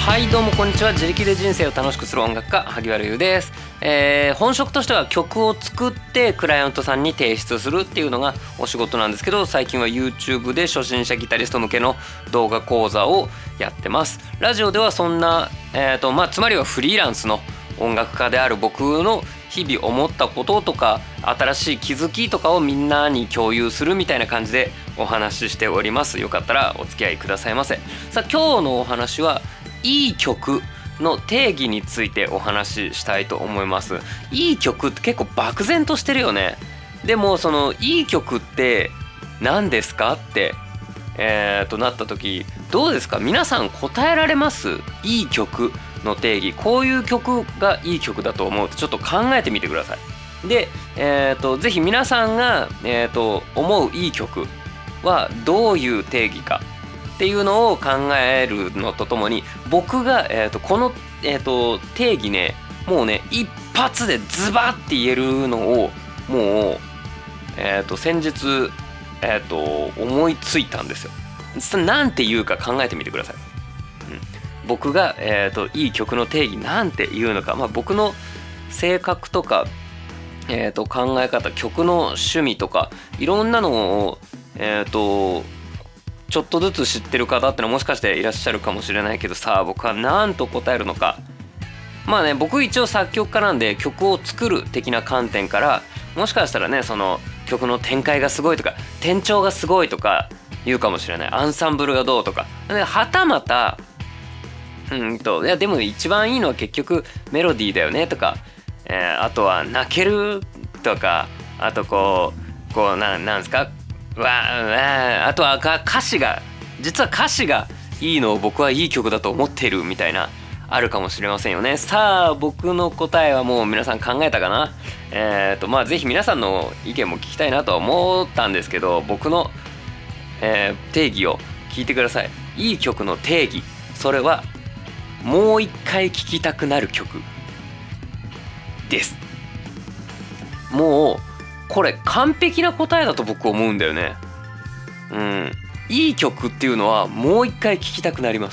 はいどうもこんにちは。自力で人生を楽しくする音楽家萩原優です。本職としては曲を作ってクライアントさんに提出するっていうのがお仕事なんですけど、最近は YouTube で初心者ギタリスト向けの動画講座をやってます。ラジオではそんな、つまりはフリーランスの音楽家である僕の日々思ったこととか新しい気づきとかをみんなに共有するみたいな感じでお話ししております。よかったらお付き合いくださいませ。さあ今日のお話はいい曲の定義についてお話ししたいと思います。いい曲って結構漠然としてるよね。でもそのいい曲って何ですかってなった時どうですか？皆さん答えられます？いい曲の定義、こういう曲がいい曲だと思うってちょっと考えてみてください。で、ぜひ皆さんが、思ういい曲はどういう定義かっていうのを考えるのとともに、僕が、この、定義ねもうね一発でズバッて言えるのをもう、先日、思いついたんですよ。なんて言うか考えてみてください。僕が、いい曲の定義なんて言うのか、僕の性格とか、考え方、曲の趣味とかいろんなのを、ちょっとずつ知ってる方ってのはもしかしていらっしゃるかもしれないけどさ、僕は何と答えるのか。僕一応作曲家なんで曲を作る的な観点からもしかしたらね、その曲の展開がすごいとか転調がすごいとか言うかもしれない。アンサンブルがどうとかで、はたまたいやでも一番いいのは結局メロディーだよねとか、あとは泣けるとか、あとこうなんですか、あとは歌詞が、実は歌詞がいいのを僕はいい曲だと思っているみたいなあるかもしれませんよね。さあ僕の答えはもう皆さん考えたかな。ぜひ皆さんの意見も聞きたいなとは思ったんですけど、僕の、定義を聞いてください。いい曲の定義、それはもう一回聴きたくなる曲です。もうこれ完璧な答えだと僕思うんだよね。いい曲っていうのはもう一回聴きたくなります。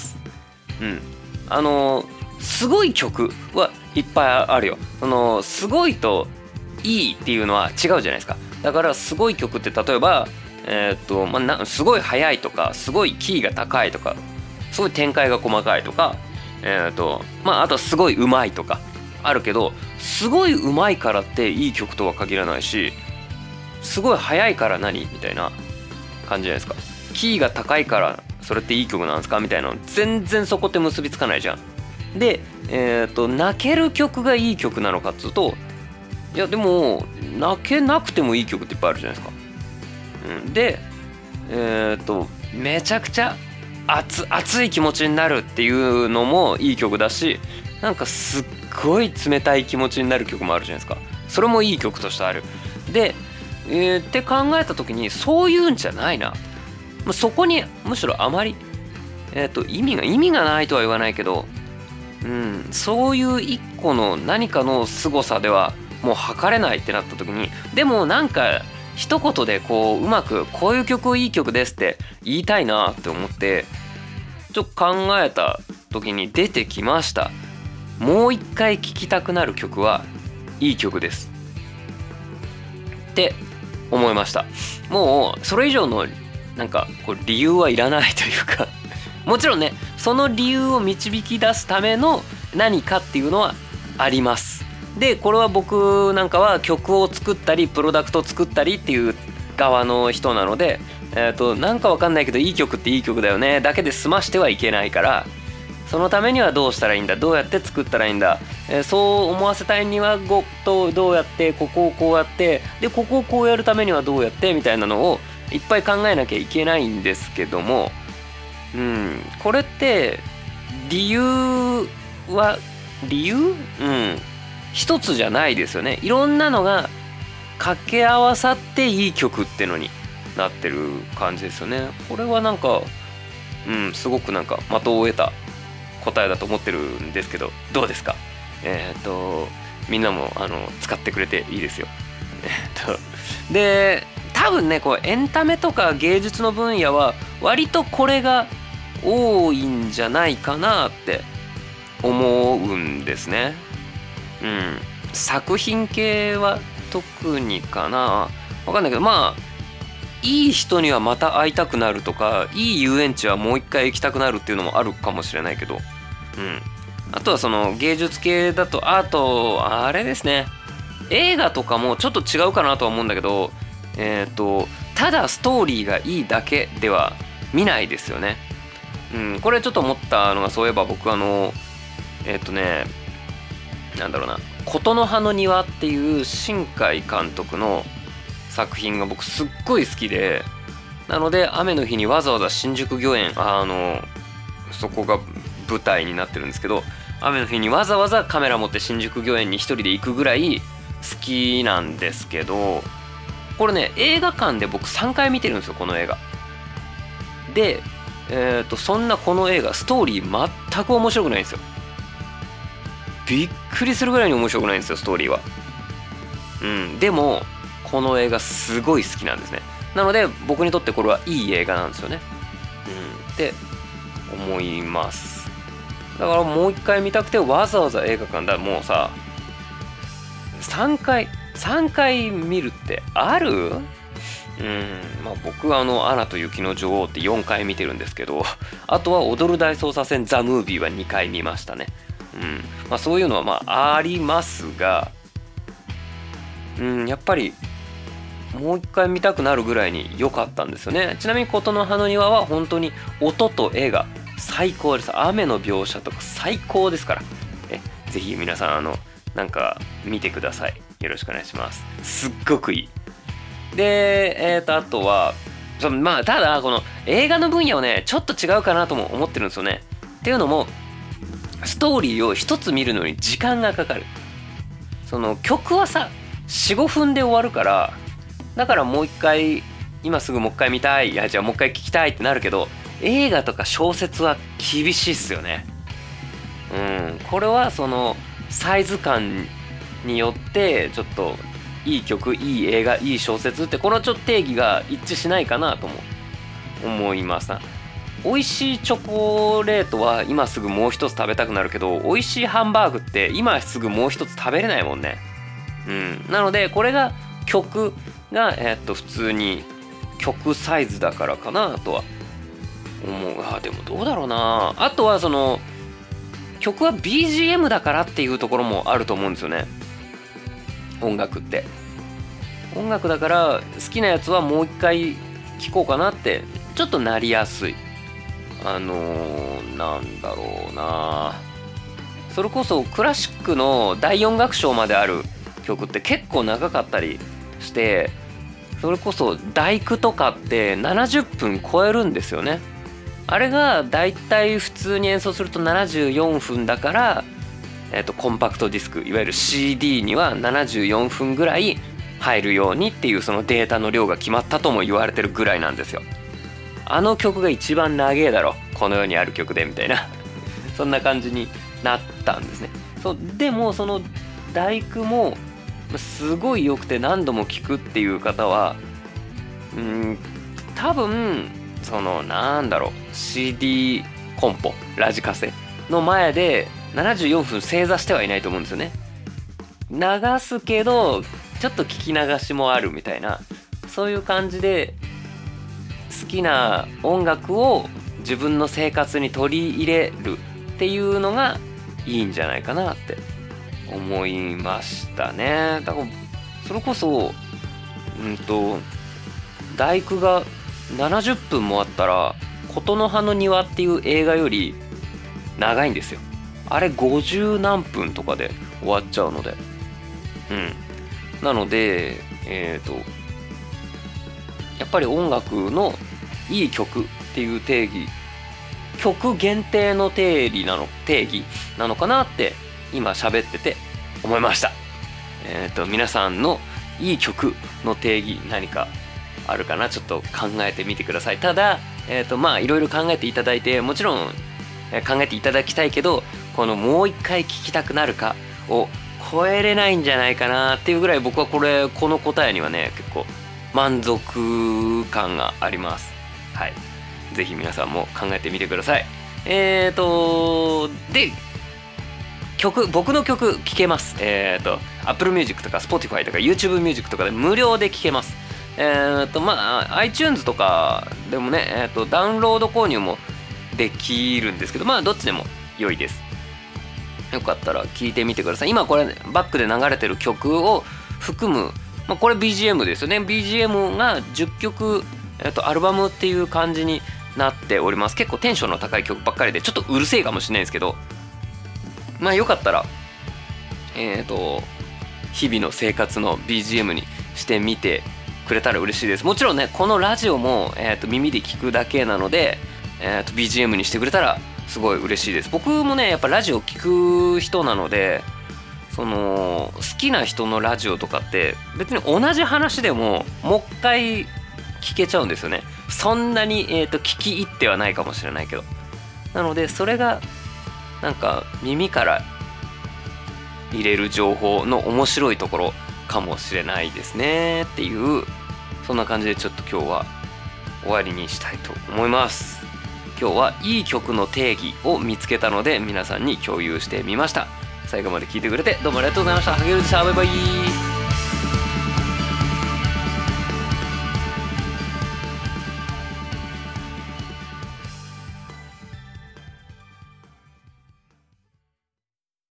すごい曲はいっぱいあるよ。すごいといいっていうのは違うじゃないですか。だからすごい曲って例えばすごい速いとか、すごいキーが高いとか、すごい展開が細かいとか、あとはすごい上手いとかあるけど、すごい上手いからっていい曲とは限らないし、すごい速いから何みたいな感じじゃないですか。キーが高いからそれっていい曲なんですかみたいなの全然そこって結びつかないじゃん。で、泣ける曲がいい曲なのかっつうと、いやでも泣けなくてもいい曲っていっぱいあるじゃないですか。でめちゃくちゃ熱い気持ちになるっていうのもいい曲だし、なんかすっごい冷たい気持ちになる曲もあるじゃないですか。それもいい曲としてある。で、って考えた時にそういうんじゃないな。そこにむしろあまり、意味がないとは言わないけど、そういう一個の何かの凄さではもう測れないってなった時に、でもなんか一言でうまくこういう曲いい曲ですって言いたいなって思ってちょっと考えた時に出てきました。もう一回聴きたくなる曲はいい曲ですって思いました。もうそれ以上のなんか理由はいらないというかもちろんね、その理由を導き出すための何かっていうのはあります。でこれは僕なんかは曲を作ったりプロダクトを作ったりっていう側の人なので、なんかわかんないけどいい曲っていい曲だよねだけで済ましてはいけないから、そのためにはどうしたらいいんだ、どうやって作ったらいいんだ、そう思わせたいにはどうやって、ここをこうやって、でここをこうやるためにはどうやってみたいなのをいっぱい考えなきゃいけないんですけども、これって理由一つじゃないですよね。いろんなのが掛け合わさっていい曲ってのになってる感じですよね。これはなんかすごくなんか的を得た答えだと思ってるんですけど、どうですか？みんなも使ってくれていいですよ。で多分ねエンタメとか芸術の分野は割とこれが多いんじゃないかなって思うんですね。作品系は特にかな、わかんないけど、まあいい人にはまた会いたくなるとか、いい遊園地はもう一回行きたくなるっていうのもあるかもしれないけど、あとはその芸術系だと、あとあれですね、映画とかもちょっと違うかなとは思うんだけど、ただストーリーがいいだけでは見ないですよね。これちょっと思ったのが、そういえば僕なんだろうな、琴の葉の庭っていう新海監督の作品が僕すっごい好きで、なので雨の日にわざわざ新宿御苑、そこが舞台になってるんですけど、雨の日にわざわざカメラ持って新宿御苑に一人で行くぐらい好きなんですけど、これね、映画館で僕3回見てるんですよ、この映画で。そんなこの映画ストーリー全く面白くないんですよ。びっくりするぐらいに面白くないんですよ、ストーリーは。でもこの映画すごい好きなんですね。なので僕にとってこれはいい映画なんですよね。って思います。だからもう一回見たくてわざわざ映画館だ。もうさ、3回見るってある？まあ僕はアナと雪の女王って4回見てるんですけど、あとは踊る大捜査線ザ・ムービーは2回見ましたね。まあそういうのはまあありますが、やっぱりもう一回見たくなるぐらいに良かったんですよね。ちなみに琴の葉の庭は本当に音と絵が最高です。雨の描写とか最高ですから、ぜひ皆さんなんか見てください。よろしくお願いします。すっごくいい。で、あとはまあただこの映画の分野はねちょっと違うかなとも思ってるんですよね。っていうのも、ストーリーを一つ見るのに時間がかかる。その曲はさ 4,5 分で終わるから、だからもう一回今すぐもう一回見たい、じゃあもう一回聞きたいってなるけど、映画とか小説は厳しいっすよね。これはそのサイズ感によってちょっといい曲、いい映画、いい小説ってこのちょっと定義が一致しないかなとも思いますな。美味しいチョコレートは今すぐもう一つ食べたくなるけど、美味しいハンバーグって今すぐもう一つ食べれないもんね。なのでこれが曲が普通に曲サイズだからかなとは思う。でもどうだろうな。あとはその曲は BGM だからっていうところもあると思うんですよね。音楽だから好きなやつはもう一回聴こうかなってちょっとなりやすい。なんだろうな、それこそクラシックの第4楽章まである曲って結構長かったりして、それこそ第9とかって70分超えるんですよね。あれがだいたい普通に演奏すると74分だから、コンパクトディスクいわゆる CD には74分ぐらい入るようにっていうそのデータの量が決まったとも言われてるぐらいなんですよ。あの曲が一番長えだろこの世にある曲でみたいなそんな感じになったんですね。でもその第9もすごい良くて何度も聴くっていう方は多分そのなんだろう CD コンポラジカセの前で74分正座してはいないと思うんですよね。流すけどちょっと聞き流しもあるみたいな、そういう感じで好きな音楽を自分の生活に取り入れるっていうのがいいんじゃないかなって思いましたね。だからそれこそ第9が70分もあったら琴の葉の庭っていう映画より長いんですよ。あれ50何分とかで終わっちゃうので、なのでやっぱり音楽のいい曲っていう定義、曲限定の定義なのかなって今喋ってて思いました。皆さんのいい曲の定義何かあるかな、ちょっと考えてみてください。ただまあいろいろ考えていただいて、もちろん考えていただきたいけど、このもう一回聴きたくなるかを超えれないんじゃないかなっていうぐらい、僕はこの答えにはね結構満足感があります。はい、ぜひ皆さんも考えてみてください。で僕の曲聴けます。Apple Music とか Spotify とか YouTube Music とかで無料で聴けます。iTunes とかでもね、ダウンロード購入もできるんですけど、どっちでも良いです。よかったら聴いてみてください。今これバックで流れてる曲を含む、これ BGM ですよね。 BGM が10曲、アルバムっていう感じになっております。結構テンションの高い曲ばっかりでちょっとうるせえかもしれないですけど、よかったら日々の生活の BGM にしてみてくれたら嬉しいです。もちろんね、このラジオも、耳で聞くだけなので、BGM にしてくれたらすごい嬉しいです。僕もねやっぱラジオ聞く人なので、好きな人のラジオとかって別に同じ話でももう一回聞けちゃうんですよね。そんなに、聞き入ってはないかもしれないけど、なのでそれがなんか耳から入れる情報の面白いところかもしれないですねっていう、そんな感じでちょっと今日は終わりにしたいと思います。今日はいい曲の定義を見つけたので皆さんに共有してみました。最後まで聞いてくれてどうもありがとうございました。はげるでした。バイバイ。